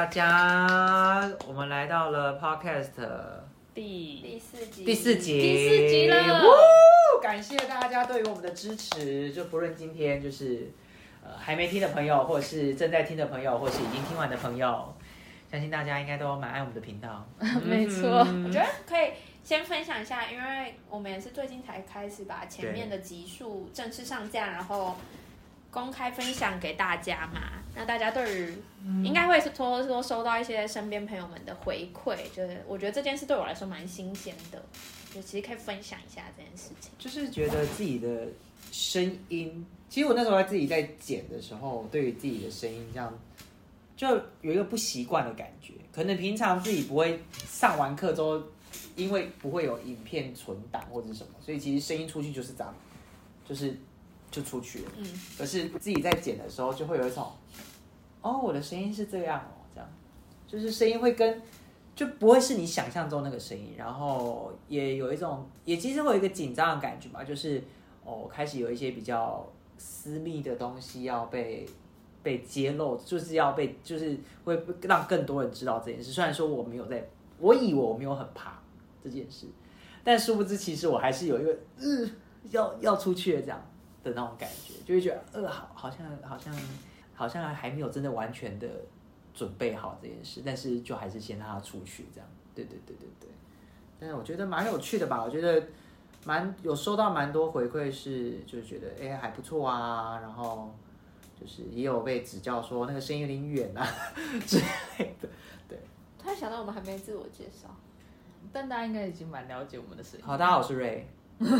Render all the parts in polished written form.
家，我们来到了 Podcast 第四集， 第四集了。 感谢大家对于我们的支持，就不论今天就是还没听的朋友，或者是正在听的朋友，或者是已经听完的朋友，相信大家应该都蛮爱我们的频道。 没错，我觉得可以先分享一下，因为我们也是最近才开始把前面的集数正式上架，然后公开分享给大家嘛。那大家对于应该会说收到一些身边朋友们的回馈，就是我觉得这件事对我来说蛮新鲜的，就其实可以分享一下这件事情。 就是觉得自己的声音，其实我那时候自己在剪的时候，对于自己的声音这样，就有一个不习惯的感觉。可能平常自己不会上完课之后，因为不会有影片存档或者什么，所以其实声音出去就是这样，就出去了。可是自己在剪的时候，就会有一种，哦，我的声音是这样哦，这样，就是声音会就不会是你想象中那个声音，然后也有一种，也其实会有一个紧张的感觉吧，就是开始有一些比较私密的东西要被揭露，就是会让更多人知道这件事。虽然说我以为我没有很怕这件事，但殊不知其实我还是有一个要出去的这样的那种感觉，就会觉得好像还没有真的完全的准备好这件事，但是就还是先让它出去这样。对。但是我觉得蛮有趣的吧，我觉得有收到蛮多回馈，就是觉得还不错啊，然后就是也有被指教说那个声音有点远啊之类的。对， 突然想到我们还没自我介绍， 但大家应该已经蛮了解我们的声音。 好，大家好，我是瑞。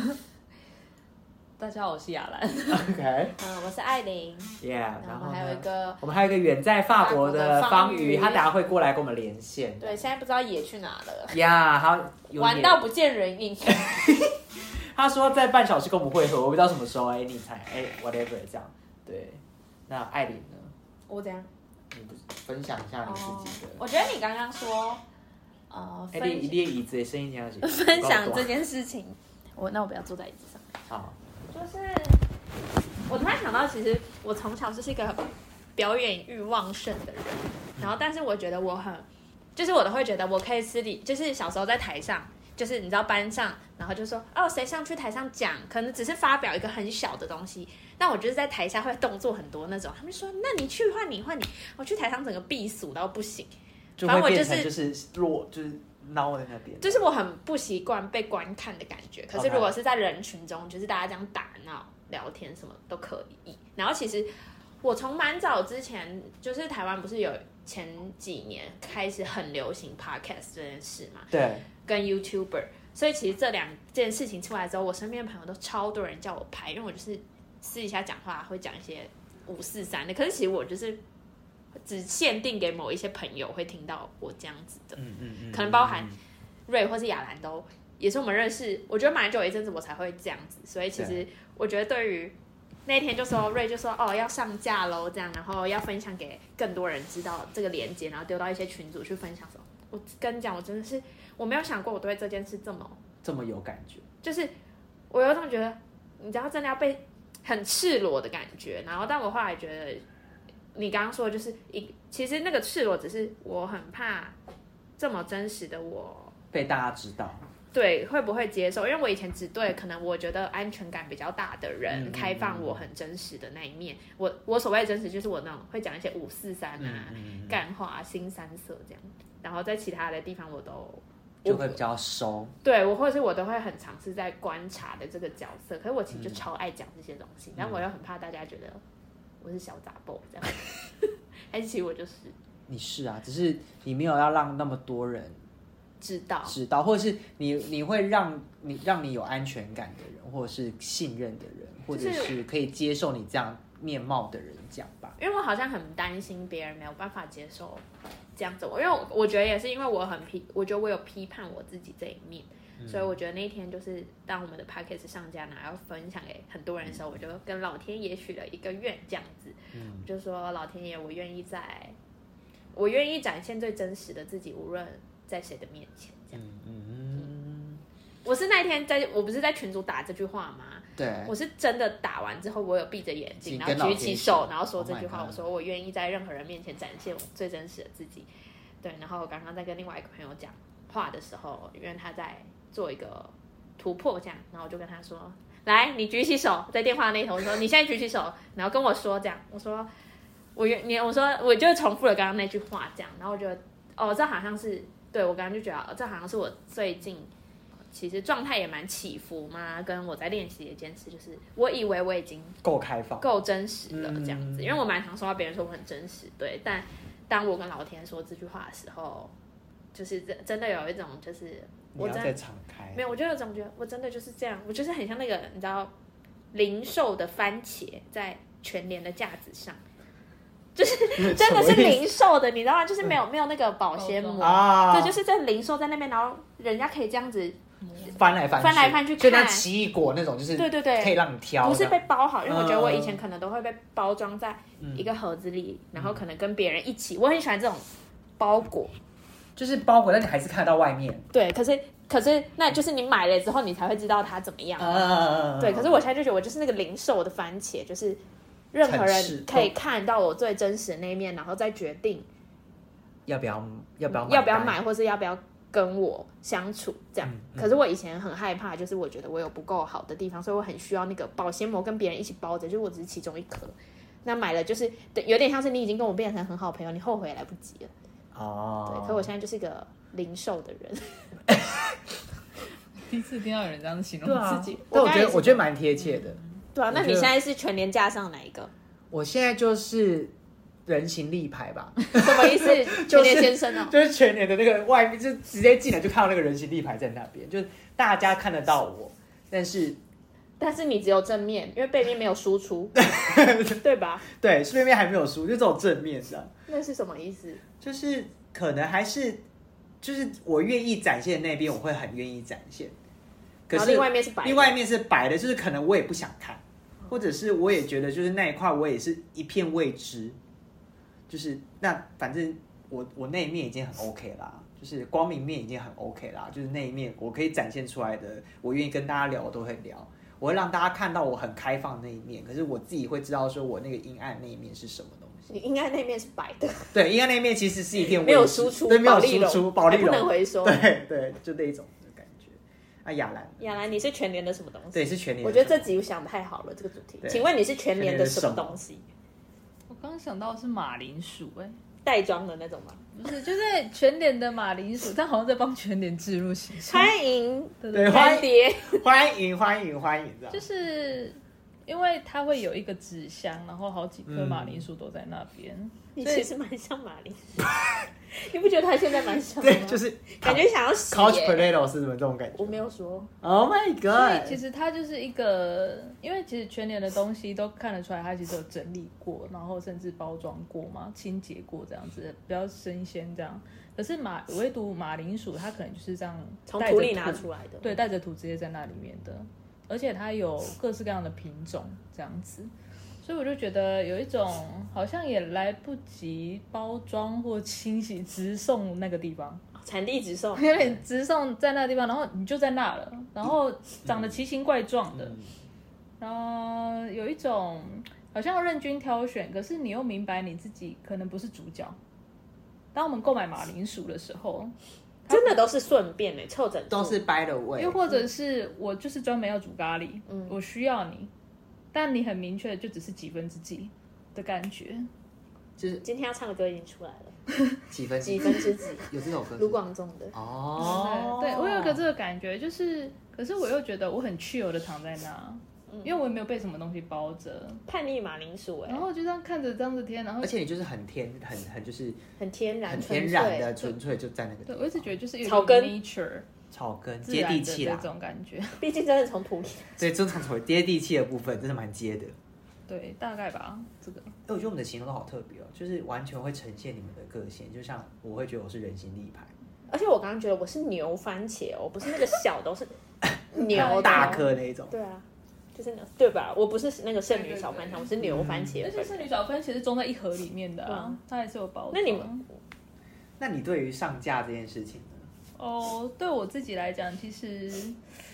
大家好，我是雅兰。 OK， 我是艾琳。 Yeah， 然后还有一个远在法国的方瑜，他等下会过来跟我们连线。 对，现在不知道野去哪了。 呀，他玩到不见人影。 他说在半小时跟我们会合，我不知道什么时候。你猜，whatever 这样。对，那艾琳呢？ 我怎样？ 你分享一下你自己的。 我觉得你刚刚说， 你的椅子的声音这样子。 分享这件事情，那我不要坐在椅子上。 好。 就是我突然想到，其实我从小就是一个表演欲旺盛的人，然后但是我觉得我都会觉得我可以就是小时候在台上，就是你知道班上，然后就说谁上去台上讲，可能只是发表一个很小的东西，那我就是在台下会动作很多那种，他们就说那你去换你，我去台上整个避暑到不行， 就会变成就是弱就是。孬在那边， 就是我很不习惯被观看的感觉。可是如果是在人群中，就是大家这样打闹、聊天什么都可以。然后其实我从蛮早之前，就是台湾不是有前几年开始很流行 podcast 这件事嘛？ 对， 跟 YouTuber， 所以其实这两件事情出来之后，我身边的朋友都超多人叫我拍，因为我就是私底下讲话会讲一些543的，可是其实我就是只限定给某一些朋友会听到我这样子的，可能包含瑞或是雅兰都也是我们认识，我觉得蛮久一阵子我才会这样子，所以其实我觉得对于那天就说瑞就说要上架咯这样，然后要分享给更多人知道这个连结，然后丢到一些群组去分享什么。我跟你讲，我真的是我没有想过我对这件事这么有感觉，就是我有种觉得你知道真的要被很赤裸的感觉，然后但我后来觉得。你刚刚说的就是其实那个赤裸只是我很怕这么真实的我被大家知道， 对，会不会接受？因为我以前只对可能我觉得安全感比较大的人开放我很真实的那一面。我所谓的真实就是我那种会讲一些543啊、干话啊、新三色这样，然后在其他的地方我都就会比较收。 对，或者是我都会很尝试在观察的这个角色，可是我其实就超爱讲这些东西，但我又很怕大家觉得。我是小杂宝这样，还是其实我就是？你是啊，只是你没有要让那么多人知道， 或者是你会让你有安全感的人，或者是信任的人，或者是可以接受你这样面貌的人讲吧。 因为我好像很担心别人没有办法接受这样子，因为我觉得也是因为我觉得我有批判我自己这一面。所以我觉得那一天就是当我们的 podcast 上架，然后分享给很多人的时候，我就跟老天爷许了一个愿，这样子，我就说老天爷，我愿意展现最真实的自己，无论在谁的面前，这样。我是那一天我不是在群组打这句话吗？ 对， 我是真的打完之后，我有闭着眼睛，然后举起手，然后说这句话，我说我愿意在任何人面前展现我最真实的自己。对，然后我刚刚在跟另外一个朋友讲话的时候，因为他在做一个突破这样，然后我就跟他说，来，你举起手，在电话那头说你现在举起手，然后跟我说这样，我说我就重复了刚刚那句话这样，然后我觉得这好像是对我刚刚就觉得这好像是我最近其实状态也蛮起伏嘛，跟我在练习的一件事，就是我以为我已经够开放、 够真实了这样子，因为我蛮常收到别人说我很真实，对，但当我跟老天说这句话的时候，就是真的有一种就是我真的你要再敞开， 没有，我就有种觉得我真的就是这样，我就是很像那个你知道零售的番茄在全联的架子上。就是真的是零售的，你知道吗？就是没有那个保鲜膜啊，对，就是在零售在那边，然后人家可以这样子翻来翻去，就像奇异果那种，就是对， 可以让你挑， 不是被包好，因为我觉得我以前可能都会被包装在一个盒子里，然后可能跟别人一起，我很喜欢这种包裹， 就是包裹，但你还是看得到外面。 对，可是那就是你买了之后，你才会知道它怎么样。对，可是我现在就觉得我就是那个零售的番茄，就是任何人可以看到我最真实的那一面，然后再决定要不要买，或是要不要跟我相处这样。可是我以前很害怕，就是我觉得我有不够好的地方，所以我很需要那个保鲜膜跟别人一起包着，就是我只是其中一颗。那买了就是有点像是你已经跟我变成很好朋友，你后悔也来不及了。对，可我现在就是一个零售的人。 第一次听到有人这样形容自己， 但我觉得蛮贴切的。 对啊，那你现在是全联架上哪一个？ 我现在就是人形立牌吧。 什么意思？全联先生哦， 就是全联的那个外面，就直接进来就看到那个人形立牌在那边，就是大家看得到我，但是你只有正面，因为背面没有输出，对吧？ 对，背面还没有输，就只有正面这样。 那是什么意思？ 就是可能还是就是我愿意展现的那边，我会很愿意展现。可是另外一面是白的， 另外一面是白的，就是可能我也不想看，或者是我也觉得就是那一块我也是一片未知，就是那反正我那一面已经很 OK 啦，就是光明面已经很 OK 啦，就是那一面我可以展现出来的，我愿意跟大家聊，我都会聊，我会让大家看到我很开放的那一面，可是我自己会知道说我那个阴暗那一面是什么东西。 你阴暗那面是白的， 对，阴暗那一面其实是一片未知， 没有输出， 对，没有输出，保利龙不能回收， 对，就那一种。雅兰， 你是全联的什么东西？ 对，是全联。 我觉得这集想太好了，这个主题。请问你是全联的什么东西？ 我刚想到的是马铃薯， 袋装的那种吗？ 不是，就是全联的马铃薯，但好像在帮全联置入形象。 欢迎， 对， 干爹， 欢迎，这样。 就是因为它会有一个纸箱，然后好几颗马铃薯都在那边。 你其实蛮像马铃薯，你不觉得他现在蛮像的吗？ 对，就是感觉想要洗。 Couch potato 是什么这种感觉？ 我没有说。 Oh my god！ 所以其实它就是一个，因为其实全联的东西都看得出来，它其实有整理过，然后甚至包装过嘛，清洁过这样子，比较新鲜这样。可是唯独马铃薯，它可能就是这样从土里拿出来的， 对，带着土直接在那里面的，而且它有各式各样的品种这样子。所以我就觉得有一种好像也来不及包装或清洗，直送那个地方， 产地直送， 有点直送在那个地方，然后你就在那了，然后长得奇形怪状的，然后有一种好像要任君挑选，可是你又明白你自己可能不是主角。当我们购买马铃薯的时候， 真的都是顺便凑整都是 by the way， 又或者是我就是专门要煮咖喱，我需要你。但你很明确的就只是几分之几的感觉， 就是今天要唱的歌已经出来了，几分之几， 有这首歌， 卢广仲的哦，对，我有个这个感觉，就是可是我又觉得我很chill的躺在那，因为我也没有被什么东西包着， 叛逆马铃薯然后就这样看着这样子天，然后而且你就是很就是很天然的纯粹就在那个地方。 对，我一直觉得就是有草根 nature。 草根接地气啦， 这种感觉， 毕竟真的从土里， 对，正常从接地气的部分真的蛮接的， 对，大概吧，这个。 我觉得我们的形容都好特别哦，就是完全会呈现你们的个性，就像我会觉得我是人形立牌， 而且我刚刚觉得我是牛番茄哦，不是那个小都是牛大颗那一种， 对啊，就是对吧？我不是那个剩女小番茄，我是牛番茄， 而且剩女小番茄是装在一盒里面的啊，它还是有包装。 那你对于上架这件事情呢？ 哦，对我自己来讲，其实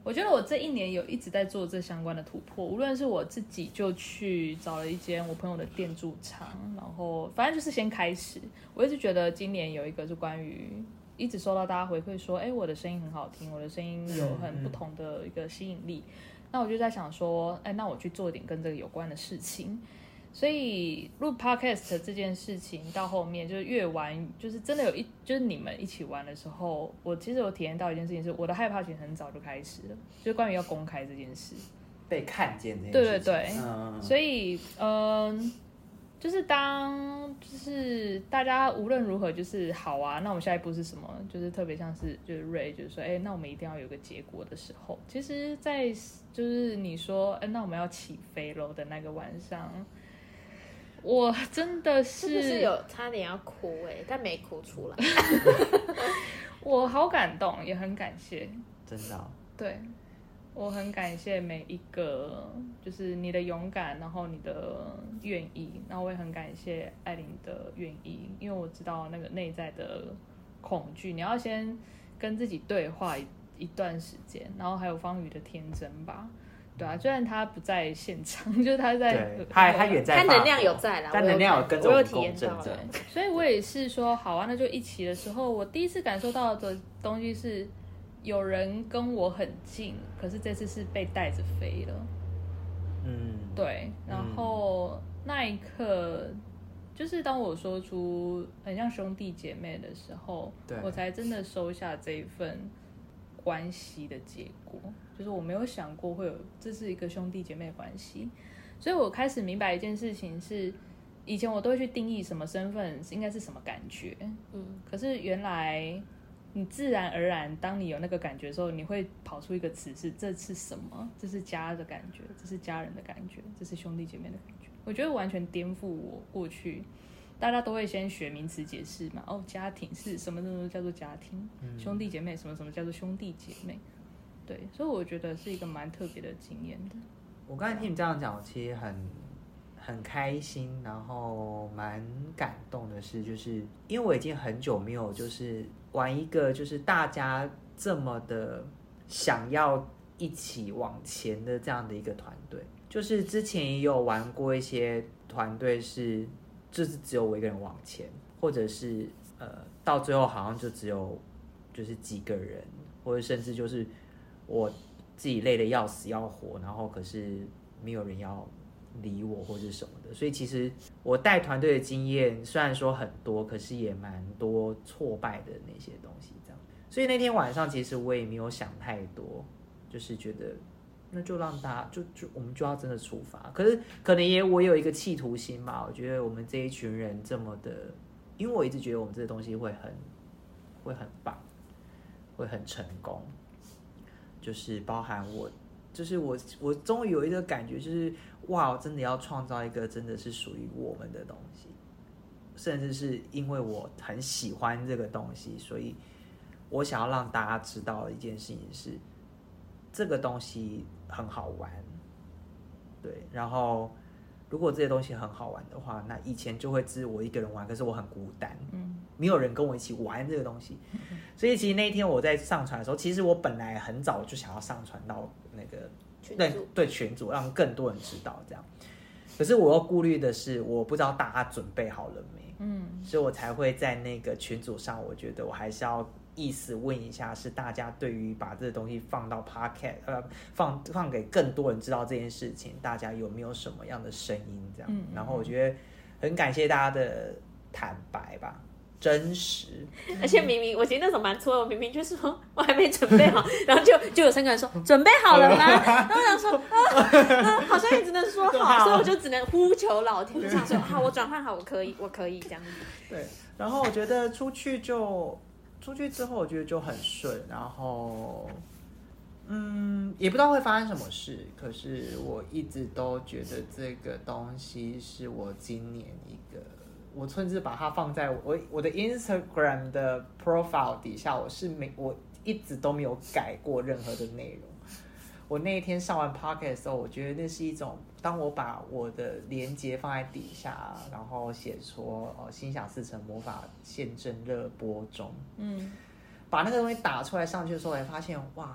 我觉得我这一年有一直在做这相关的突破，无论是我自己就去找了一间我朋友的店驻场，然后反正就是先开始。我一直觉得今年有一个是关于一直收到大家回馈说，我的声音很好听，我的声音有很不同的一个吸引力。那我就在想说，那我去做一点跟这个有关的事情。所以录 podcast 这件事情到后面就是越玩，就是真的就是你们一起玩的时候，我其实有体验到一件事情，是我的害怕其实很早就开始了，就是关于要公开这件事， 被看见这件事情。 对，所以就是就是大家无论如何就是好啊，那我们下一步是什么？就是特别像是就是Ray就是说，那我们一定要有个结果的时候，其实，在就是你说，那我们要起飞咯的那个晚上。我真的是有差点要哭但没哭出来。 我好感动，也很感谢， 真的对，我很感谢每一个，就是你的勇敢，然后你的愿意，然后我也很感谢艾琳的愿意，因为我知道那个内在的恐惧，你要先跟自己对话一段时间，然后还有方宇的天真吧。对啊，虽然他不在现场，就是他在， 他远在， 他能量有在啦， 但能量有跟着我们共振着。 所以我也是说，好啊，那就一起的时候，我第一次感受到的东西是，有人跟我很近，可是这次是被带着飞了。对，然后那一刻，就是当我说出很像兄弟姐妹的时候，我才真的收下这一份关系的结果。就是我没有想过会有这是一个兄弟姐妹的关系，所以我开始明白一件事情是，以前我都会去定义什么身份应该是什么感觉，可是原来你自然而然，当你有那个感觉的时候，你会跑出一个词是这是什么？这是家的感觉，这是家人的感觉，这是兄弟姐妹的感觉。我觉得完全颠覆我过去。大家都会先学名词解释嘛，家庭是什么什么叫做家庭，兄弟姐妹什么什么叫做兄弟姐妹。对，所以我觉得是一个蛮特别的经验的。 我刚才听你这样讲，我其实很开心，然后蛮感动的是，就是因为我已经很久没有就是玩一个就是大家这么的想要一起往前的这样的一个团队。就是之前也有玩过一些团队是，就是只有我一个人往前，或者是到最后好像就只有就是几个人，或者甚至就是我自己累得要死要活，然后可是没有人要理我或者什么的。所以其实我带团队的经验虽然说很多，可是也蛮多挫败的那些东西这样。所以那天晚上其实我也没有想太多，就是觉得那就让大家就我们就要真的出发。可是可能我有一个企图心吧，我觉得我们这一群人这么的，因为我一直觉得我们这个东西会很棒，会很成功。就是包含就是我终于有一个感觉，就是哇，我真的要创造一个真的是属于我们的东西，甚至是因为我很喜欢这个东西，所以我想要让大家知道的一件事情是，这个东西很好玩，对。然后如果这些东西很好玩的话，那以前就会只我一个人玩，可是我很孤单，没有人跟我一起玩这个东西。所以其实那一天我在上传的时候，其实我本来很早就想要上传到那个群组，让更多人知道这样。可是我又顾虑的是，我不知道大家准备好了没，所以我才会在那个群组上，我觉得我还是要意思问一下，是大家对于把这个东西放到 podcast，放给更多人知道这件事情，大家有没有什么样的声音这样？然后我觉得很感谢大家的坦白吧。真实， 而且明明我其实那时候蛮错的，我明明就是说我还没准备好，然后就有3个人说准备好了吗？然后我想说好像也只能说好，所以我就只能呼求老天，就想说好，我转换好，我可以这样子。 对，然后我觉得出去之后，我觉得就很顺，然后也不知道会发生什么事，可是我一直都觉得这个东西是我今年一个。我甚至把它放在我的 Instagram 的 profile 底下，我一直都没有改过任何的内容。我那一天上完 podcast 的时候，我觉得那是一种，当我把我的连结放在底下，然后写说心想事成魔法现正热播中，把那个东西打出来上去的时候，才发现哇，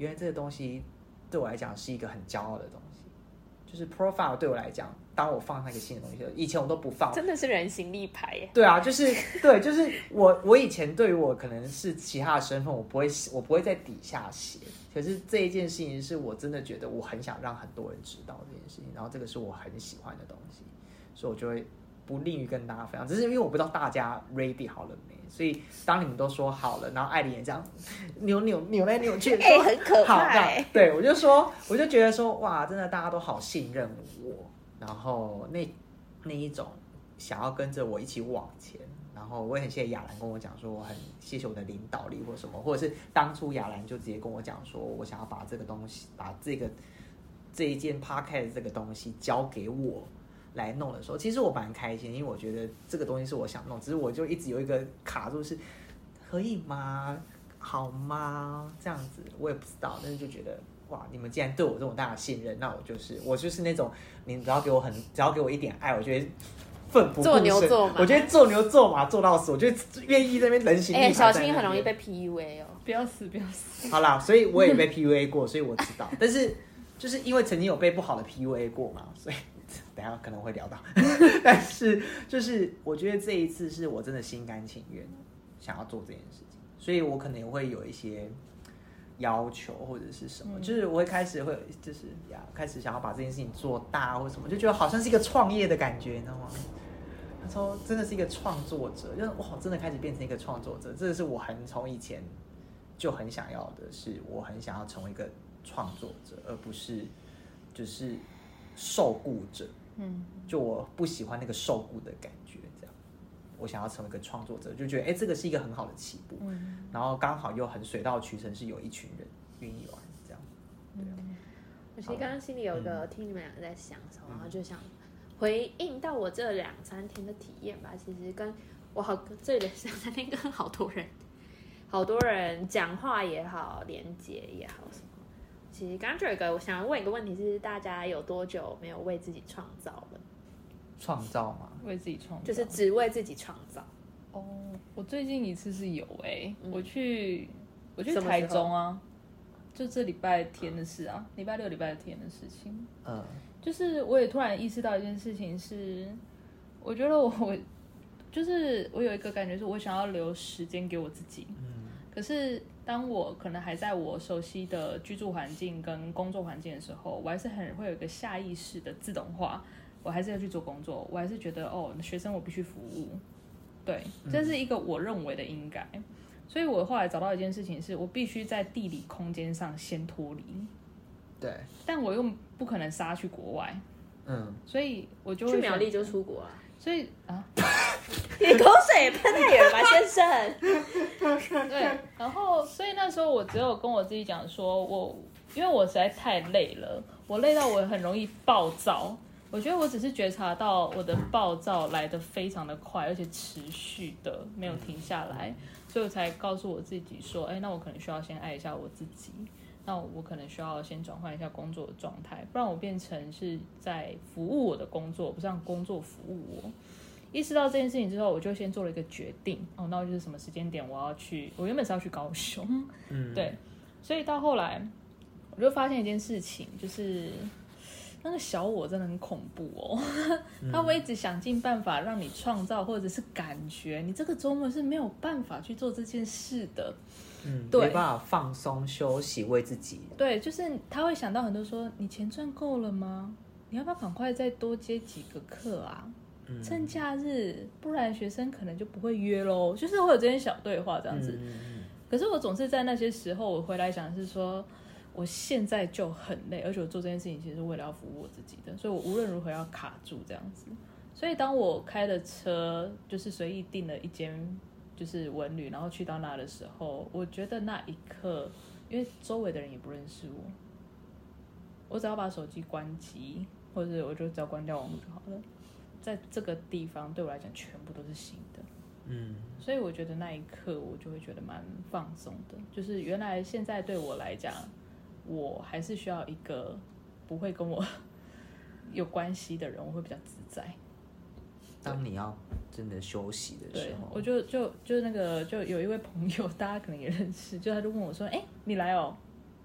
原来这个东西对我来讲是一个很骄傲的东西。就是 profile 对我来讲，当我放上一个新的东西，以前我都不放， 真的是人形立牌耶。 对啊，就是我以前对于我可能是其他的身份，我不会在底下写。可是这一件事情是我真的觉得我很想让很多人知道这件事情，然后这个是我很喜欢的东西，所以我就会不吝于跟大家分享。只是因为我不知道大家 ready 好了没，所以当你们都说好了，然后艾琳也这样扭来扭去， 很可怕对，我就觉得说哇，真的大家都好信任我，然后那一种想要跟着我一起往前。然后我也很谢谢雅兰跟我讲说，我很谢谢我的领导力或什么，或者是当初雅兰就直接跟我讲说，我想要把这个东西，把这一件 podcast 这个东西交给我来弄的时候，其实我蛮开心，因为我觉得这个东西是我想弄，只是我就一直有一个卡住是，可以吗？好吗？这样子我也不知道，但是就觉得哇，你们既然对我这么大的信任，那我就是那种，你只要给我一点爱，我觉得。奋不顾身， 做牛做马， 我觉得做牛做马做到死，我就愿意在那边人形立牌。 小心很容易被 PUA 哦， 不要死。 好啦，所以我也被 PUA 过，所以我知道。但是就是因为曾经有被不好的 PUA 过嘛，所以等一下可能会聊到。但是就是我觉得这一次是我真的心甘情愿想要做这件事情，所以我可能也会有一些要求或者是什么，就是我会开始开始想要把这件事情做大或什么，就觉得好像是一个创业的感觉，你知道吗？那时候真的是一个创作者，就是哇，真的开始变成一个创作者，这是我从以前就很想要的，是我很想要成为一个创作者，而不是就是受雇者。就我不喜欢那个受雇的感觉，这样我想要成为一个创作者，就觉得这个是一个很好的起步，然后刚好又很水到渠成，是有一群人愿意玩这样。对啊， 我其实刚刚心里有一个听你们两个在想什么，然后就想回应到我这2-3天的体验吧。其实跟我这2-3天跟好多人讲话也好，连接也好什么。其实刚刚就有一个我想要问一个问题是，大家有多久没有为自己创造了？ 创造吗？ 为自己创造， 就是只为自己创造。 哦，我最近一次是有我去台中啊，就这礼拜天的事啊，礼拜6、礼拜天的事情。就是我也突然意识到一件事情是，我觉得我就是我有一个感觉是我想要留时间给我自己。可是当我可能还在我熟悉的居住环境跟工作环境的时候，我还是会有一个下意识的自动化，我还是要去做工作，我还是觉得学生我必须服务，对，这是一个我认为的应该。所以我后来找到一件事情是，我必须在地理空间上先脱离， 对， 但我又不可能杀去国外，所以我就会去苗栗就出国啊。 所以你口水也喷太远了吧，先生？ 对，然后所以那时候我只有跟我自己讲说，因为我实在太累了，我累到我很容易暴躁。我觉得我只是觉察到我的暴躁来得非常的快，而且持续的没有停下来，所以我才告诉我自己说，那我可能需要先爱一下我自己，那我可能需要先转换一下工作的状态，不然我变成是在服务我的工作，不是让工作服务我。意识到这件事情之后，我就先做了一个决定，那我就是什么时间点我原本是要去高雄，对，所以到后来我就发现一件事情，就是那个小我真的很恐怖哦，他会一直想尽办法让你创造或者是感觉你这个周末是没有办法去做这件事的，对， 没办法放松休息为自己。 对，就是他会想到很多说，你钱赚够了吗？你要不要赶快再多接几个课啊？趁假日，不然学生可能就不会约咯，就是会有这些小对话这样子。可是我总是在那些时候，我回来想的是说，我现在就很累，而且我做这件事情其实是为了要服务我自己的，所以我无论如何要卡住这样子。所以当我开了车，就是随意订了一间就是文旅，然后去到那的时候，我觉得那一刻，因为周围的人也不认识我只要把手机关机，或者我就只要关掉网络就好了。在这个地方对我来讲全部都是新的，所以我觉得那一刻我就会觉得蛮放松的，就是原来现在对我来讲，我还是需要一个不会跟我有关系的人，我会比较自在。 当你要真的休息的时候， 我就有一位朋友，大家可能也认识，就他就问我说：“你来哦？”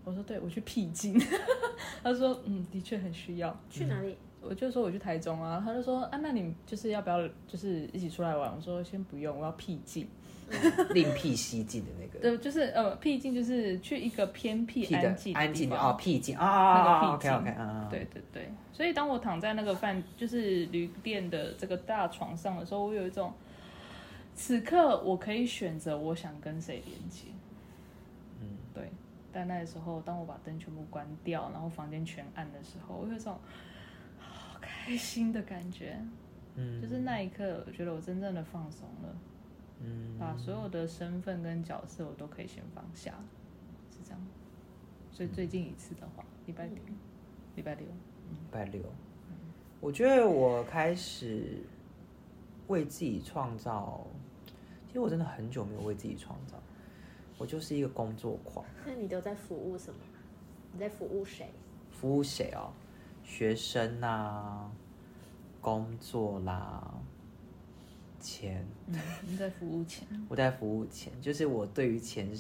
我说对，我去僻静。他说的确很需要。 去哪里？ 我就说我去台中啊，他就说那你就是要不要就是一起出来玩？我说先不用，我要僻静。 另辟蹊径的那个， 对，就是僻静就是去一个偏僻安静的地方。 僻静 OK， 对对对。所以当我躺在那个就是旅店的这个大床上的时候，我有一种此刻我可以选择我想跟谁连接。对。但那时候，当我把灯全部关掉，然后房间全暗的时候，我有一种好开心的感觉。就是那一刻，我觉得我真正的放松了。把所有的身份跟角色我都可以先放下，是这样。所以最近一次的话，礼拜六， 我觉得我开始为自己创造，其实我真的很久没有为自己创造，我就是一个工作狂。 那你都在服务什么？你在服务谁？ 服务谁哦？学生啊，工作啦。钱， 你在服务钱， 我在服务钱，就是我对于钱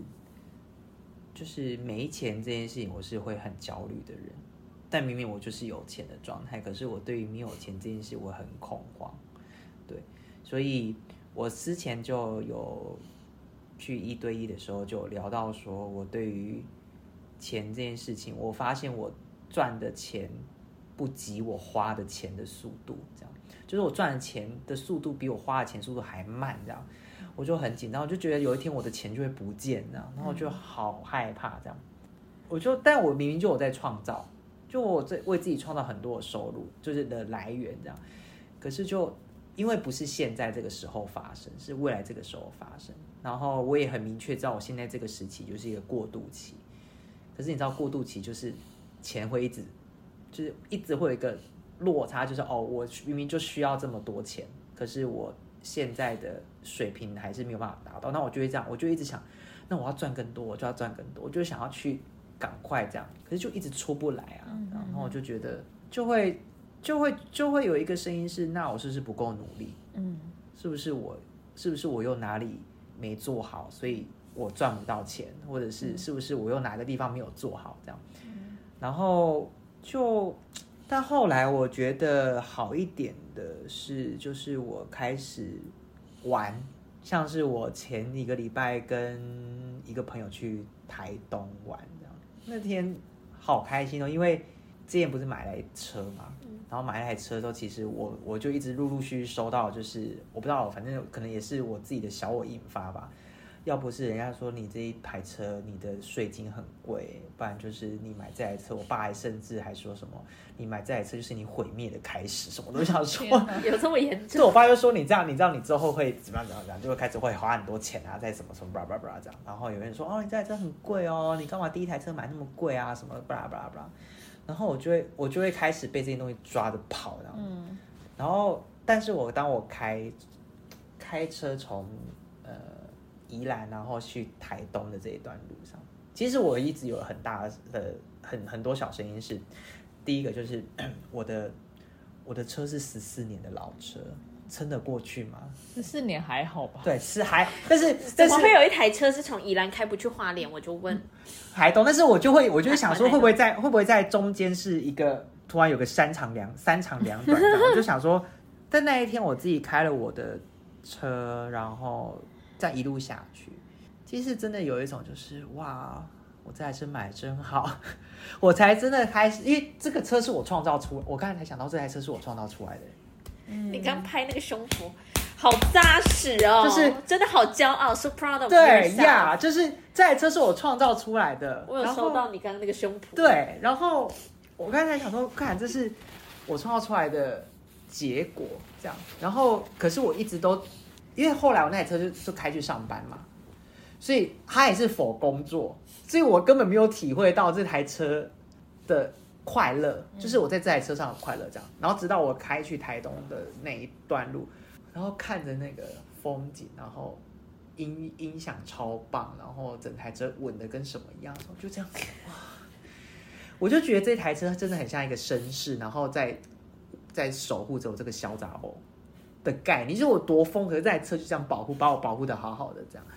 就是没钱这件事情，我是会很焦虑的人。但明明我就是有钱的状态，可是我对于没有钱这件事我很恐慌。对，所以我之前就有去1对1的时候就有聊到说，我对于钱这件事情，我发现我赚的钱不及我花的钱的速度，这样。就是我赚的钱的速度比我花的钱速度还慢，这样我就很紧张，我就觉得有一天我的钱就会不见，这样，然后我就好害怕，这样。但我明明就有在创造，就我在为自己创造很多的收入，就是的来源，这样。可是就因为不是现在这个时候发生，是未来这个时候发生，然后我也很明确知道我现在这个时期就是一个过渡期。可是你知道过渡期就是钱会一直会有一个落差，就是我明明就需要这么多钱，可是我现在的水平还是没有办法达到，那我就会这样，我就一直想，那我要赚更多，我就要赚更多，我就想要去赶快这样，可是就一直出不来啊，然后我就觉得就会有一个声音是，那我是不是不够努力？是不是我又哪里没做好，所以我赚不到钱，或者是不是我又哪个地方没有做好这样？然后但后来我觉得好一点的是，就是我开始玩，像是我前1个礼拜跟一个朋友去台东玩，这样那天好开心哦，因为之前不是买了一车嘛，然后买那台车的时候，其实我就一直陆续收到，就是我不知道，反正可能也是我自己的小我引发吧。要不是人家说你这一台车你的税金很贵，不然就是你买这台车，我爸甚至还说什么你买这台车就是你毁灭的开始，什么都想说有这么严重？ 就我爸就说你这样，你知道你之后会怎么样，就会开始会花很多钱啊，在什么blah blah blah这样。然后有人说你这台车很贵哦，你干嘛第一台车买那么贵啊，什么blah blah blah。然后我就会开始被这些东西抓着跑，这样。然后但是当我开车从宜兰然后去台东的这一段路上，其实我一直有很大的很多小声音是，第一个就是我的车是14年的老车，撑得过去吗 ？14年还好吧？ 对，是还，但是怎么会有一台车是从宜兰开不去花莲？我就问台东，但是我就会想说会不会在中间是一个突然有个三长两短这样，我就想说，但那一天我自己开了我的车，然后再一路下去，其实真的有一种就是哇，我这台车买得真好，我才真的开始，因为这个车是我创造出，我刚才才想到这台车是我创造出来的。 你刚拍那个胸脯好扎实哦， 就是真的好骄傲 ，so proud of yourself。 对呀，就是这台车是我创造出来的。 我有收到你刚刚那个胸脯。 对，然后我刚才想说，看这是我创造出来的结果，这样。然后可是我一直都，因为后来我那台车就开去上班嘛，所以它也是否工作，所以我根本没有体会到这台车的快乐，就是我在这台车上的快乐这样。然后直到我开去台东的那一段路，然后看着那个风景，然后音响超棒，然后整台车稳的跟什么一样，就这样哇！我就觉得这台车真的很像一个绅士，然后在守护着我这个小杂货的概念，就是我多疯，可是这台车就这样把我保护的好好的这样。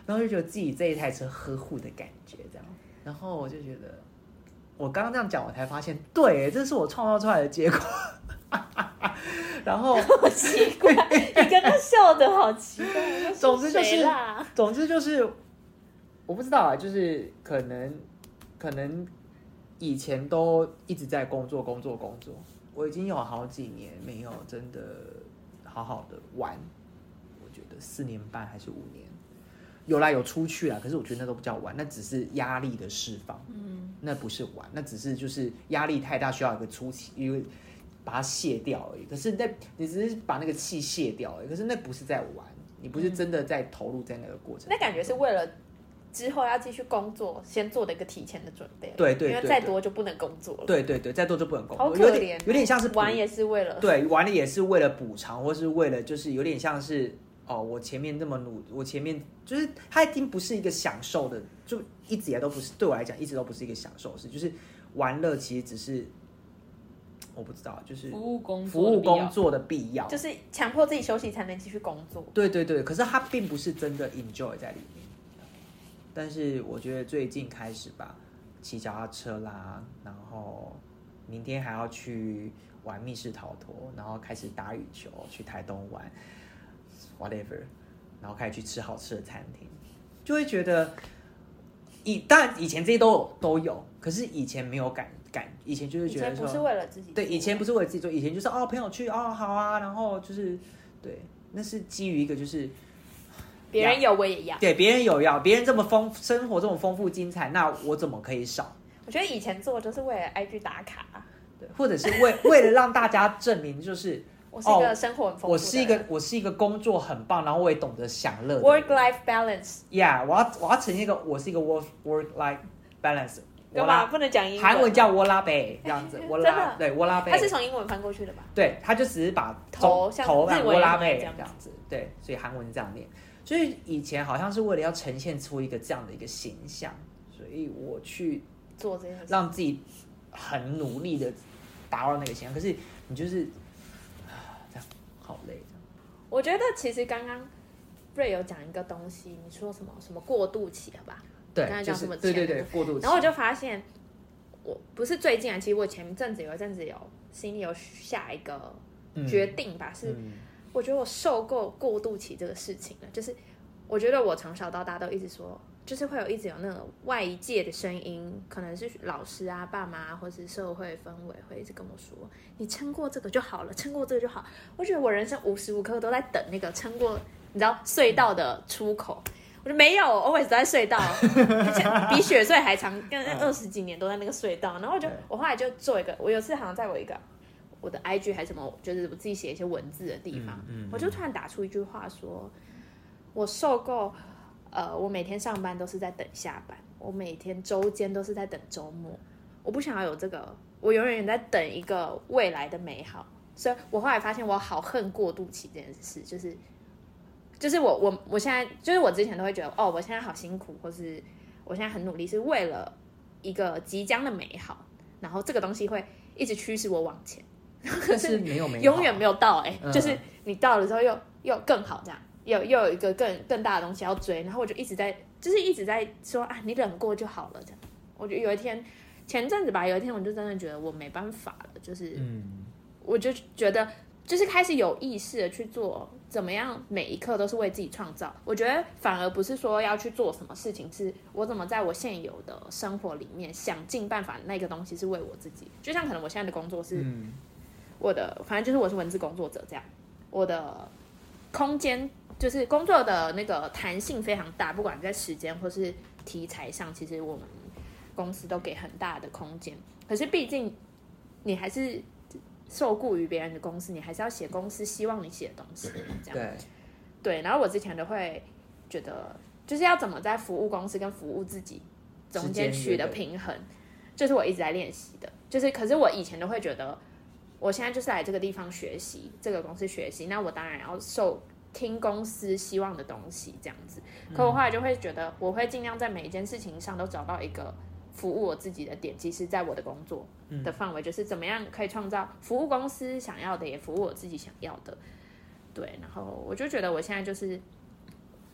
然后就觉得自己这一台车呵护的感觉这样，然后我就觉得，我刚刚这样讲，我才发现，对，这是我创造出来的结果。然后好奇怪，你刚刚笑得好奇怪。 总之就是，我不知道啊，就是可能以前都一直在工作，我已经有好几年没有真的好好的玩，我觉得4年半还是5年，有出去啦，可是我觉得那都不叫玩，那只是压力的释放，那不是玩，那只是就是压力太大，需要一个出奇，因为把它卸掉而已。可是你只是把那个气卸掉而已，可是那不是在玩，你不是真的在投入在那个过程。 那感觉是为了之后要继续工作，先做的一个提前的准备。 对， 因为再多就不能工作了。 对，再多就不能工作。 好可怜， 有点像是玩也是为了玩的也是为了补偿，或是为了就是有点像是我前面那么努，我前面就是它已经不是一个享受的，就一直以来都不是，对我来讲一直都不是一个享受的事，就是玩乐其实只是。我不知道，就是服务工作的必要， 就是强迫自己休息才能继续工作。 对，可是他并不是真的 enjoy 在里面。但是我觉得最近开始吧，骑脚踏车啦，然后明天还要去玩密室逃脱，然后开始打羽球，去台东玩 whatever， 然后开始去吃好吃的餐厅，就会觉得当然以前这些都有，可是以前没有感，以前就是觉得说， 以前不是为了自己做， 对，以前不是为了自己做，以前就是朋友去好啊，然后就是对，那是基于一个就是别人有我也要， 对，别人有要，别人这么生活这么丰富精彩，那我怎么可以少？ 我觉得以前做就是为了 IG 打卡， 对，或者是为了让大家证明就是我是一个生活很丰富的人， 我是一个工作很棒，然后我也懂得享乐 ，work-life balance。Yeah， 我要呈现我是一个 work-life balance。 干嘛不能讲英文？ 韩文叫沃拉贝这样子，沃拉对沃拉贝， 它是从英文翻过去的吧？ 对，他就只是把头像沃拉贝这样子，对，所以韩文这样念。所以以前好像是为了要呈现出一个这样的一个形象，所以我去做这件事， 让自己很努力的达到那个形象。可是你就是这样好累这样。 我觉得其实刚刚瑞有讲一个东西，你说什么过渡期好吧？ 对， 刚才讲什么？ 对，过渡期。 然后我就发现，我不是最近啊，其实我前阵子有心里有下一个决定吧，是我觉得我受够过渡期这个事情了。就是我觉得我从小到大都一直说，就是会一直有那种外界的声音，可能是老师啊、爸妈或是社会氛围会一直跟我说，你撑过这个就好了，撑过这个就好。我觉得我人生无时无刻都在等那个撑过，你知道隧道的出口。我就没有 always 都在隧道，比雪隧还长，跟20几年都在那个隧道。然后我后来就做一个，我有次好像在我的 IG 还是什么，就是我自己写一些文字的地方，我就突然打出一句话说，我受够，我每天上班都是在等下班，我每天周间都是在等周末，我不想要有这个，我永远在等一个未来的美好。所以我后来发现我好恨过渡期这件事，就是我现在就是我之前都会觉得我现在好辛苦，或是我现在很努力，是为了一个即将的美好，然后这个东西会一直驱使我往前，可是没有美好， 永远没有到就是你到了之后又更好这样，又有一个更大的东西要追，然后我就一直在说你忍过就好了这样。我觉得有一天前阵子吧，有一天我就真的觉得我没办法了，就是我就觉得就是开始有意识的去做。怎么样每一刻都是为自己创造，我觉得反而不是说要去做什么事情，是我怎么在我现有的生活里面想尽办法，那个东西是为我自己。就像可能我现在的工作是我的，反正就是我是文字工作者这样，我的空间就是工作的那个弹性非常大，不管在时间或是题材上，其实我们公司都给很大的空间。可是毕竟你还是受雇于别人的公司，你还是要写公司希望你写的东西，这样对。然后我之前都会觉得，就是要怎么在服务公司跟服务自己中间取得平衡，就是我一直在练习的。就是可是我以前都会觉得，我现在就是来这个地方学习，这个公司学习，那我当然要听公司希望的东西这样子。可我后来就会觉得，我会尽量在每一件事情上都找到一个服务我自己的点，其实在我的工作的范围，就是怎么样可以创造服务公司想要的，也服务我自己想要的。对，然后我就觉得我现在就是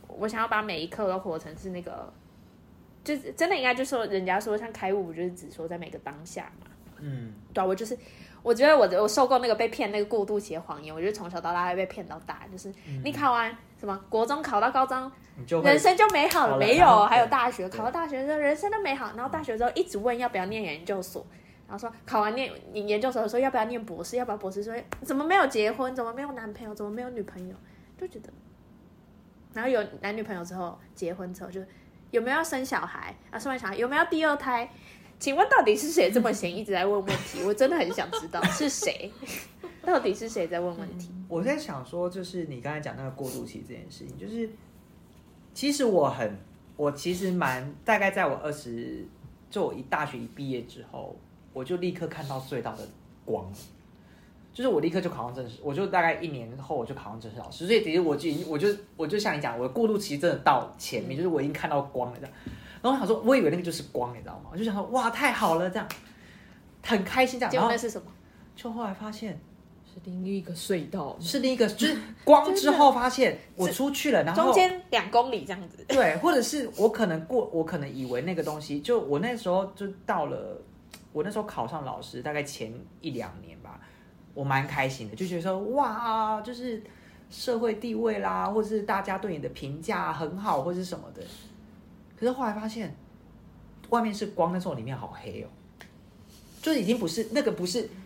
我想要把每一刻都活成是那个，就是真的应该就是说，人家说像开悟，就是只说在每个当下嘛。对啊，我觉得我受够那个被骗那个过渡期的谎言，我就从小到大被骗到大，就是你考完什么国中考到高中，人生就美好了，没有，还有大学考到大学之后人生都美好，然后大学之后一直问要不要念研究所。然后说考完念研究所的时候要不要念博士，要不要博士说怎么没有结婚，怎么没有男朋友，怎么没有女朋友，就觉得，然后有男女朋友之后结婚之后就有没有要生小孩啊，生完小孩有没有要第二胎？请问到底是谁这么闲一直在问问题？我真的很想知道是谁，到底是谁在问问题？ 我在想说，就是你刚才讲那个过渡期这件事情，就是其实我其实大概在我我大学一毕业之后。我就立刻看到隧道的光，就是我立刻就考上正式，我就大概1年后我就考上正式老师，所以其实我就像你讲，我的过渡期真的到前面，就是我已经看到光了这样，然后我想说，我以为那个就是光，你知道吗？我就想说，哇，太好了，这样很开心这样。 结果那是什么？ 就后来发现是另一个隧道， 是另一个，就是光之后发现我出去了，然后中间2公里这样子。 对，或者是我可能以为那个东西，就我那时候就到了。我那时候考上老师，大概前1-2年吧，我蛮开心的，就觉得说哇，就是社会地位啦，或者是大家对你的评价很好，或者是什么的。可是后来发现，外面是光，那时候里面好黑哦，就是已经不是那个不是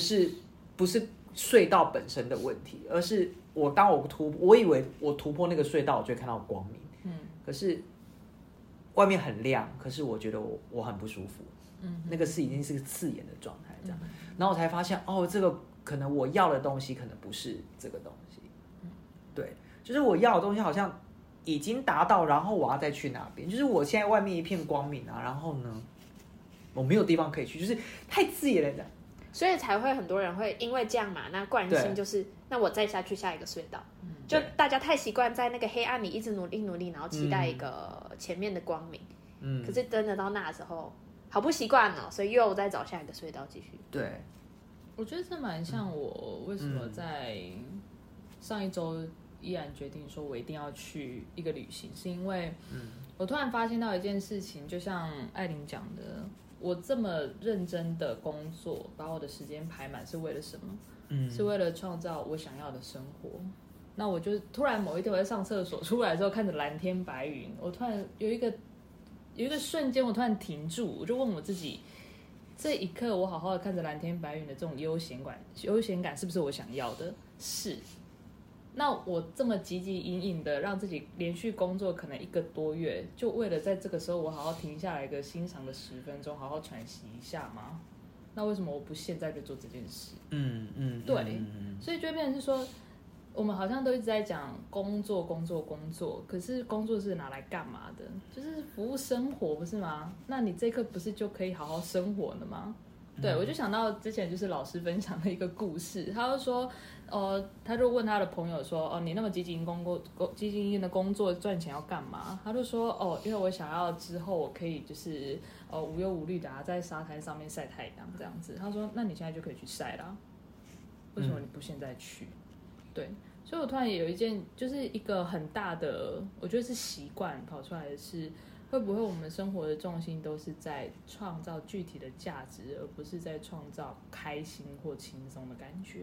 隧道本身的问题，而是我以为我突破那个隧道，我就会看到光明，可是外面很亮，可是我觉得我很不舒服。那个已经是个刺眼的状态，这样，然后我才发现，哦，这个可能我要的东西可能不是这个东西，对，就是我要的东西好像已经达到，然后我要再去哪边？就是我现在外面一片光明啊，然后呢，我没有地方可以去，就是太刺眼了这样， 所以才会很多人会因为这样嘛，那惯性就是那我再下去下一个隧道，就大家太习惯在那个黑暗里一直努力，然后期待一个前面的光明，可是真的到那时候。好不习惯哦，所以又再找下一个隧道继续。 对， 我觉得这蛮像我为什么在上一周依然决定说我一定要去一个旅行，是因为我突然发现到一件事情，就像艾琳讲的，我这么认真的工作，把我的时间排滿是为了什么？是为了创造我想要的生活。那我就突然某一天我在上厕所出来之后，看着蓝天白云，我突然有一个瞬间，我突然停住，我就问我自己：这一刻，我好好的看着蓝天白云的这种悠闲感，是不是我想要的？是。那我这么汲汲营营的让自己连续工作可能1个多月，就为了在这个时候我好好停下来一个欣赏的10分钟，好好喘息一下吗？那为什么我不现在就做这件事？对，所以就会变成是说。我们好像都一直在讲工作，可是工作是拿来干嘛的？就是服务生活，不是吗？那你这一刻不是就可以好好生活了吗？对，我就想到之前就是老师分享的一个故事，他就说，他就问他的朋友说，你那么积极的工作赚钱要干嘛？他就说，因为我想要之后我可以就是无忧无虑的在沙滩上面晒太阳这样子。他说，那你现在就可以去晒啦，为什么你不现在去？对，所以我突然也有一件，就是一个很大的，我觉得是习惯跑出来的是，会不会我们生活的重心都是在创造具体的价值，而不是在创造开心或轻松的感觉？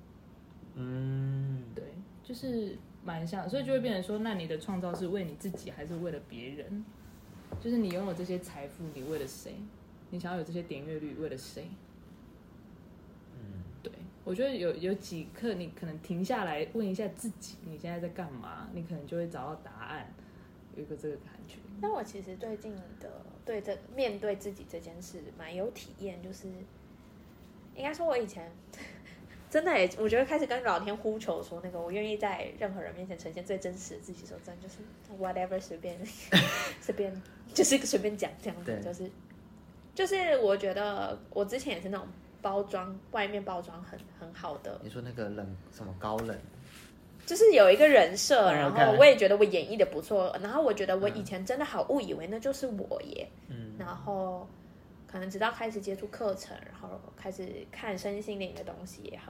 对，就是蛮像，所以就会变成说，那你的创造是为你自己，还是为了别人？就是你拥有这些财富，你为了谁？你想要有这些点阅率，为了谁？对，我觉得有几刻，你可能停下来问一下自己，你现在在干嘛？你可能就会找到答案，有一个这个感觉。 那我其实最近的面对自己这件事蛮有体验，就是应该说我以前真的我觉得开始跟老天呼求说，那个我愿意在任何人面前呈现最真实的自己的时候，真的就是 whatever 随便就是随便讲这样子，就是我觉得我之前也是那种。包装外面包装很好的， 你说那个冷什么高冷， 就是有一个人设，然后我也觉得我演绎的不错，然后我觉得我以前真的好误以为那就是我耶，然后可能直到开始接触课程，然后开始看身心灵的东西也好，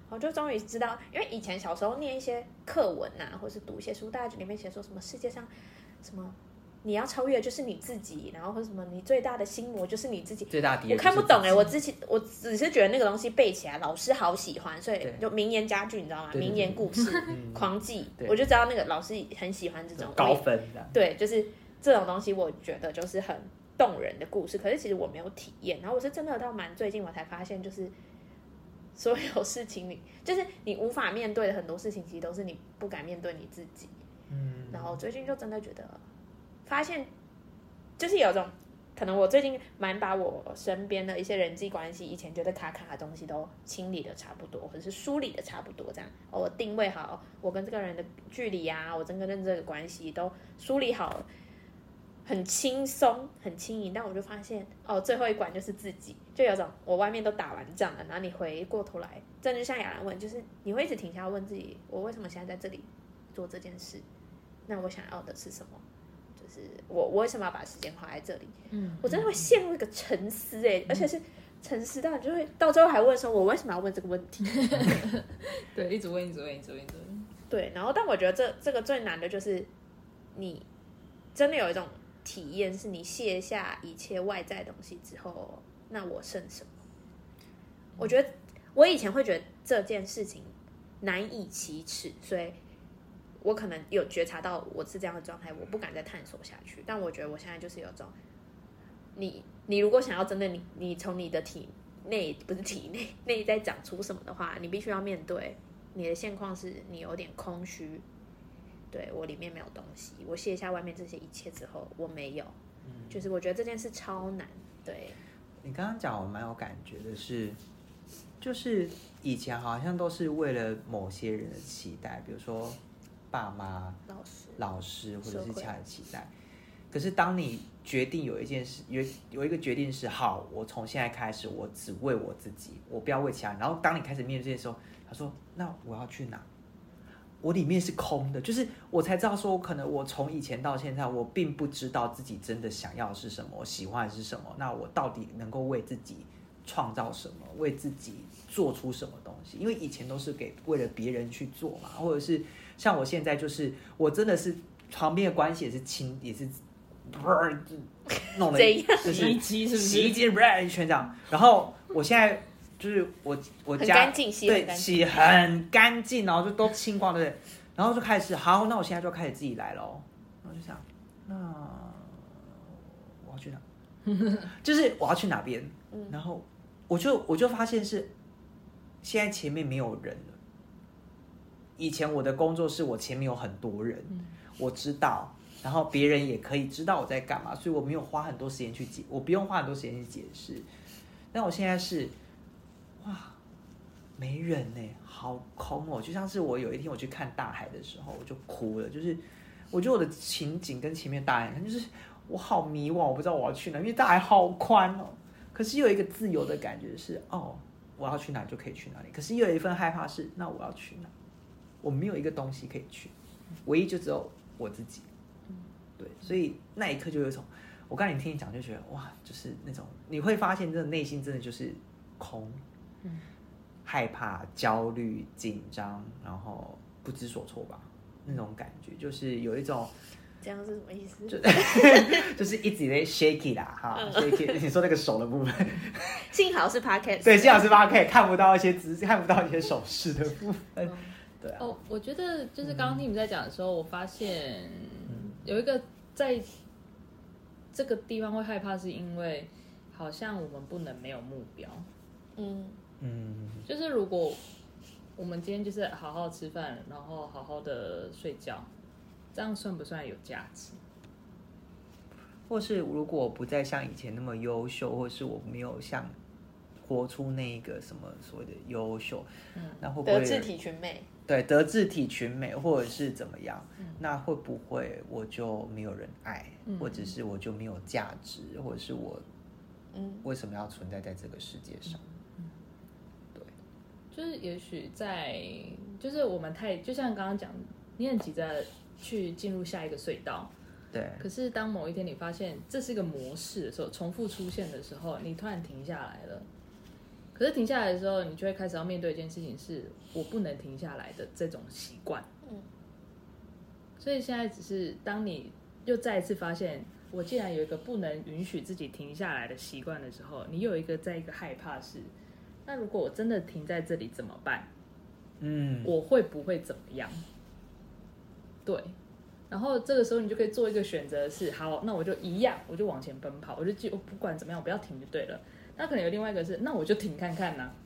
我就终于知道，因为以前小时候念一些课文啊，或是读一些书，大家里面写说什么世界上什么你要超越就是你自己，然后或什么你最大的心魔就是你自己， 最大敌人我看不懂我只是觉得那个东西背起来，老师好喜欢，所以就名言佳句，你知道吗？名言故事狂记，我就知道那个老师很喜欢这种高分的。 对，就是这种东西，我觉得就是很动人的故事。可是其实我没有体验，然后我是真的到蛮最近我才发现，就是所有事情就是你无法面对的很多事情，其实都是你不敢面对你自己。然后最近就真的觉得发现，就是有种可能我最近蛮把我身边的一些人际关系，以前觉得卡卡的东西都清理的差不多，或者是梳理的差不多，这样我定位好我跟这个人的距离啊，我跟这个关系都梳理好了，很轻松很轻盈。但我就发现最后一关就是自己，就有种我外面都打完仗了，然后你回过头来，真的就像雅兰问，就是你会一直停下问自己，我为什么现在在这里做这件事？那我想要的是什么？就是我为什么要把时间花在这里？我真的会陷入一个沉思而且是沉思到你就会到最后还问说，我为什么要问这个问题？ 对，一直问。 对，然后但我觉得这个最难的就是你真的有一种体验，是你卸下一切外在的东西之后，那我剩什么？我觉得我以前会觉得这件事情难以启齿，所以我可能有觉察到我是这样的状态，我不敢再探索下去。但我觉得我现在就是有种，你如果想要真的你从你的体内不是体内在长出什么的话，你必须要面对你的现况是你有点空虚，对，我里面没有东西，我卸下外面这些一切之后，我没有，就是我觉得这件事超难。对， 你刚刚讲我蛮有感觉的是，就是以前好像都是为了某些人的期待，比如说爸妈、老师或者是其他的期待。可是当你决定有一件事，有一个决定是好，我从现在开始我只为我自己，我不要为其他人。然后当你开始面对这些时候，他说：“那我要去哪？”我里面是空的，就是我才知道说，可能我从以前到现在，我并不知道自己真的想要的是什么，我喜欢的是什么。那我到底能够为自己创造什么，为自己做出什么东西？因为以前都是为了别人去做嘛，或者是像我现在就是我真的是旁边的关系也是弄了就是洗衣机是不是？ 洗衣机一圈这样，然后我现在就是我家很干净， 洗很干净，然后就都清光，对不对？然后就开始好，那我现在就开始自己来咯。然后就想，那我要去哪？就是我要去哪边？然后我就发现是现在前面没有人了。以前我的工作是我前面有很多人，我知道。然后别人也可以知道我在干嘛，所以我没有花很多时间我不用花很多时间去解释。但我现在是，哇，没人呢，好空哦！就像是我有一天我去看大海的时候，我就哭了。就是我觉得我的情景跟前面大海，就是我好迷惘，我不知道我要去哪，因为大海好宽哦。可是有一个自由的感觉是，我要去哪里就可以去哪里。可是又有一份害怕是，那我要去哪？我没有一个东西可以去，唯一就只有我自己。对，所以那一刻就有一种，我刚才听你讲就觉得哇，就是那种你会发现，真的内心真的就是空，害怕、焦虑、紧张，然后不知所措吧，那种感觉就是有一种。 这样是什么意思？ 就是一直在 shaky 啦，哈，shaky。你说那个手的部分， 幸好是 podcast， 对，幸好是 podcast，看不到一些看不到一些手势的部分。对啊。 我觉得就是刚刚听你们在讲的时候，我发现有一个在这个地方会害怕，是因为好像我们不能没有目标。就是如果我们今天就是好好吃饭，然后好好的睡觉，这样算不算有价值？ 或是如果我不再像以前那么优秀，或是我没有像活出那个什么所谓的优秀，那会不会德智体群美？ 对，德智体群美，或者是怎么样？那会不会我就没有人爱，或者是我就没有价值，或者是我为什么要存在这个世界上？对， 就是也许就是我们就像刚刚讲，你很急着去进入下一个隧道， 对。 可是当某一天你发现这是一个模式的时候，重复出现的时候，你突然停下来了。 可是停下来的时候，你就会开始要面对一件事情，是我不能停下来的这种习惯。所以现在只是当你又再一次发现，我既然有一个不能允许自己停下来的习惯的时候，你有一个害怕是，那如果我真的停在这里怎么办？我会不会怎么样？对，然后这个时候你就可以做一个选择是，好，那我就一样，我就往前奔跑，我不管怎么样，我不要停就对了。那可能有另外一个是，那我就停看看啊。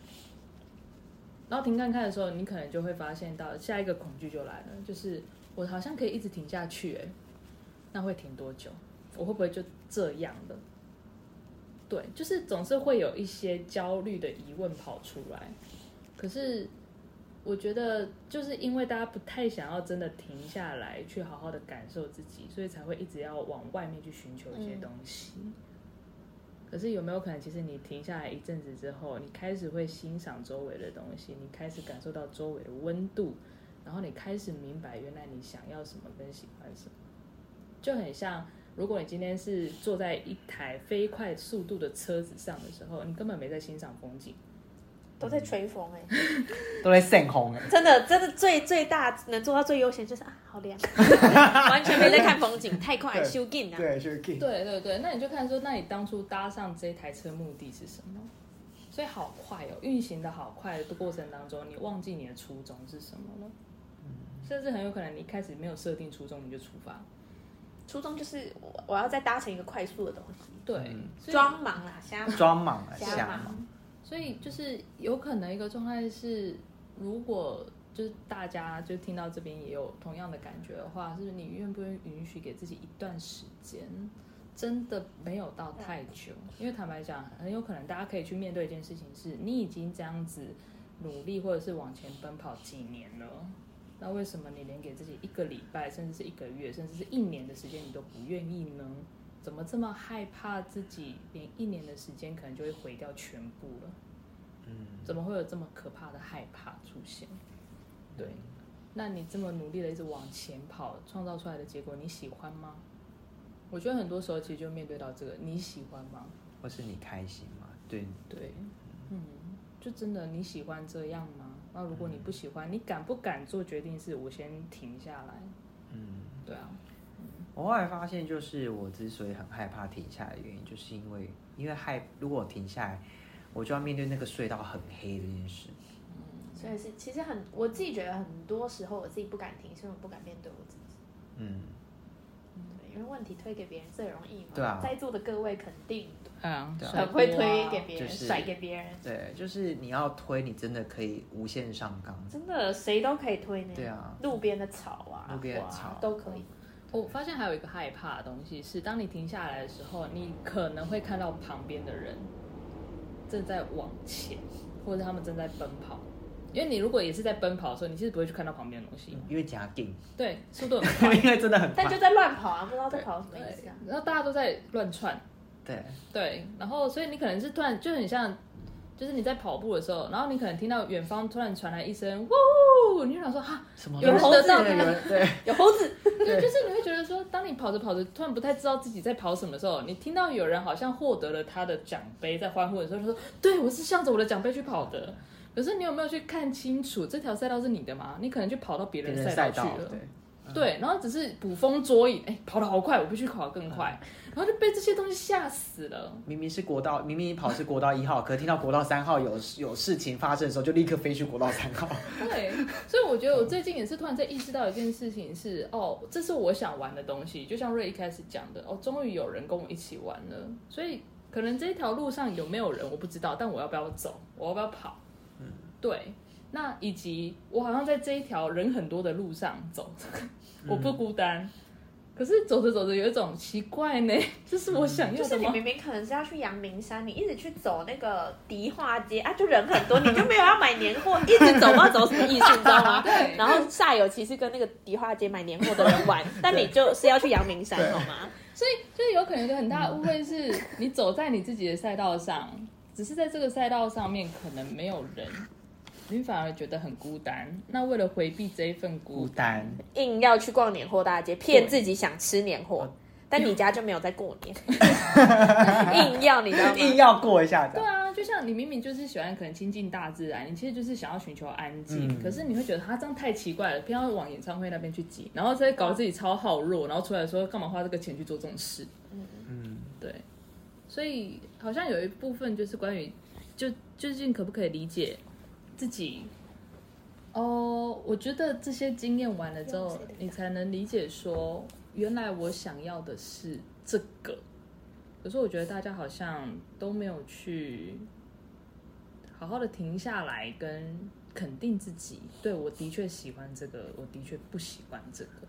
然后停看看的时候，你可能就会发现到下一个恐惧就来了，就是我好像可以一直停下去，那会停多久？我会不会就这样了？对，就是总是会有一些焦虑的疑问跑出来。可是我觉得，就是因为大家不太想要真的停下来去好好的感受自己，所以才会一直要往外面去寻求一些东西。可是有没有可能，其实你停下来一阵子之后，你开始会欣赏周围的东西，你开始感受到周围的温度，然后你开始明白原来你想要什么跟喜欢什么，就很像如果你今天是坐在一台飞快速度的车子上的时候，你根本没在欣赏风景， 都在吹风都在扇风真的最大能做到最悠闲就是好凉，完全没在看风景，太快修近了。 对，修近。 对，那你就看说，那你当初搭上这台车目的是什么？所以好快哦，运行的好快的过程当中，你忘记你的初衷是什么了，甚至很有可能你一开始没有设定初衷你就出发， 初衷就是我要再搭乘一个快速的东西， 对， 装忙啦，瞎忙， 装忙啊， 瞎忙。 所以就是有可能一个状态是，如果就是大家就听到这边也有同样的感觉的话，是你愿不愿意允许给自己一段时间，真的没有到太久，因为坦白讲，很有可能大家可以去面对一件事情是，你已经这样子努力或者是往前奔跑几年了，那为什么你连给自己1个礼拜，甚至是1个月，甚至是1年的时间你都不愿意呢？怎么这么害怕自己连1年的时间可能就会毁掉全部了？怎么会有这么可怕的害怕出现？对，那你这么努力的一直往前跑，创造出来的结果你喜欢吗？我觉得很多时候其实就面对到这个，你喜欢吗？ 或是你开心吗？对， 就真的你喜欢这样吗？那如果你不喜欢，你敢不敢做决定？是我先停下来。对啊。 我后来发现，就是我之所以很害怕停下来的原因，就是因为如果我停下来，我就要面对那个隧道很黑这件事。 所以是其实我自己觉得很多时候我自己不敢停，是因为我不敢面对我自己。对，因为问题推给别人最容易嘛。 对啊。 在座的各位肯定很会推给别人， 就是甩给别人。 对，就是你要推，你真的可以无限上纲。 真的，谁都可以推呢。 对啊。 路边的草啊， 路边的草都可以。 我发现还有一个害怕的东西是，当你停下来的时候，你可能会看到旁边的人正在往前，或者他们正在奔跑。因为你如果也是在奔跑的时候，你其实不会去看到旁边的东西， 因为加紧， 对，速度很快， 因为真的很快， 但就在乱跑啊，不知道在跑什么意思啊。 然后大家都在乱窜，对，然后所以你可能是突然就很像，就是你在跑步的时候，然后你可能听到远方突然传来一声呜，你就想说哈， 什么有人得到对， 有猴子， 对，就是你会觉得说，当你跑着跑着，突然不太知道自己在跑什么的时候，你听到有人好像获得了他的奖杯，在欢呼的时候，就说：“对，我是向着我的奖杯去跑的。”可是你有没有去看清楚这条赛道是你的吗？你可能就跑到别人的赛道去了。对，然后只是捕风捉影，跑得好快，我必须跑得更快，然后就被这些东西吓死了。 明明跑是国道1号，可是听到国道3号有事情发生的时候，就立刻飞去国道3号。 对，所以我觉得我最近也是突然在意识到一件事情是，这是我想玩的东西，就像瑞一开始讲的，终于有人跟我一起玩了。所以可能这一条路上有没有人我不知道，但我要不要走，我要不要跑？对。那以及我好像在这一条人很多的路上走，我不孤单。可是走着走着有一种奇怪呢，这是我想要的吗？ 就是你明明可能是要去阳明山，你一直去走那个迪化街啊，就人很多，你就没有要买年货，一直走不知道走什么意思，你知道吗？ 对。 然后煞有其事跟那个迪化街买年货的人玩，但你就是要去阳明山，好吗？ 所以就是有可能一个很大的误会是，你走在你自己的赛道上，只是在这个赛道上面可能没有人。你反而觉得很孤单，那为了回避这一份孤单， 硬要去逛年货大街，骗自己想吃年货，但你家就没有在过年，硬要你知道吗？ 硬要过一下。 对啊，就像你明明就是喜欢可能亲近大自然，你其实就是想要寻求安静，可是你会觉得他这样太奇怪了，偏要往演唱会那边去挤，然后再搞自己超好弱，然后出来说干嘛花这个钱去做这种事？对，所以好像有一部分就是关于究竟可不可以理解自己。我觉得这些经验完了之后，你才能理解说，原来我想要的是这个。可是我觉得大家好像都没有去好好的停下来跟肯定自己。对，我的确喜欢这个，我的确不喜欢这个。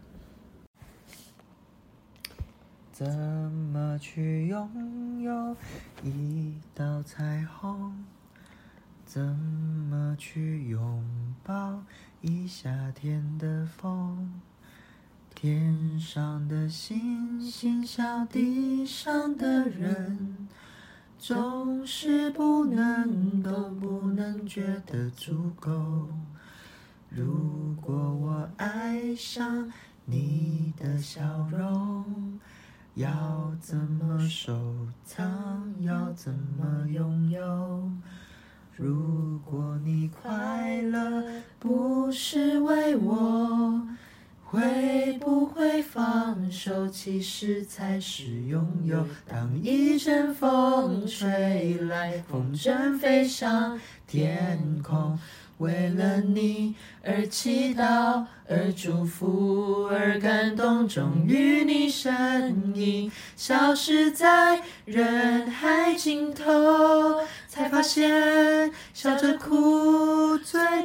怎么去拥有一道彩虹？怎么去拥抱一夏天的风？天上的星星笑地上的人，总是都不能觉得足够。如果我爱上你的笑容，要怎么收藏？要怎么拥有？如果你快乐不是为我，会不会放手？其实才是拥有。当一阵风吹来，风筝飞上天空，为了你而祈祷，而祝福，而感动，终于你身影消失在人海尽头，才发现笑着哭最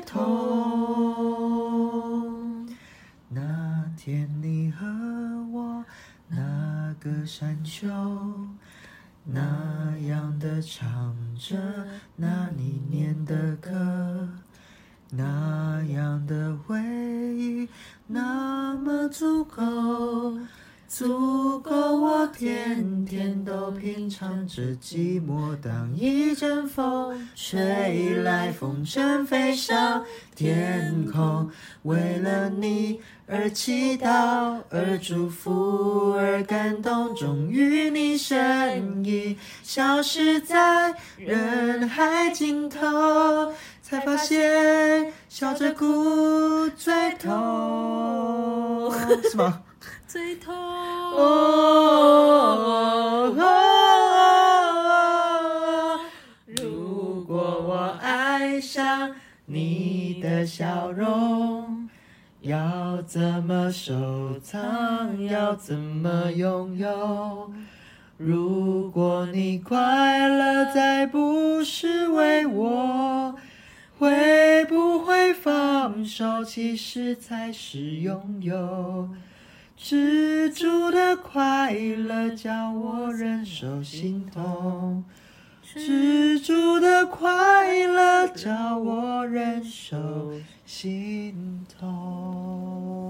痛。那天你和我那个山丘，那样的唱着那你念的歌，那样的回忆那么足够，足够我天天都品尝着寂寞。当一阵风吹来，风筝飞上天空，为了你而祈祷，而祝福，而感动，终于你身影消失在人海尽头，才发现笑着哭最痛。是吗？ 最痛。 如果我爱上你的笑容，要怎么收藏？要怎么拥有？如果你快乐再不是为我，会不会放手？其实才是拥有。知足的快乐叫我忍受心痛，知足的快乐叫我忍受心痛。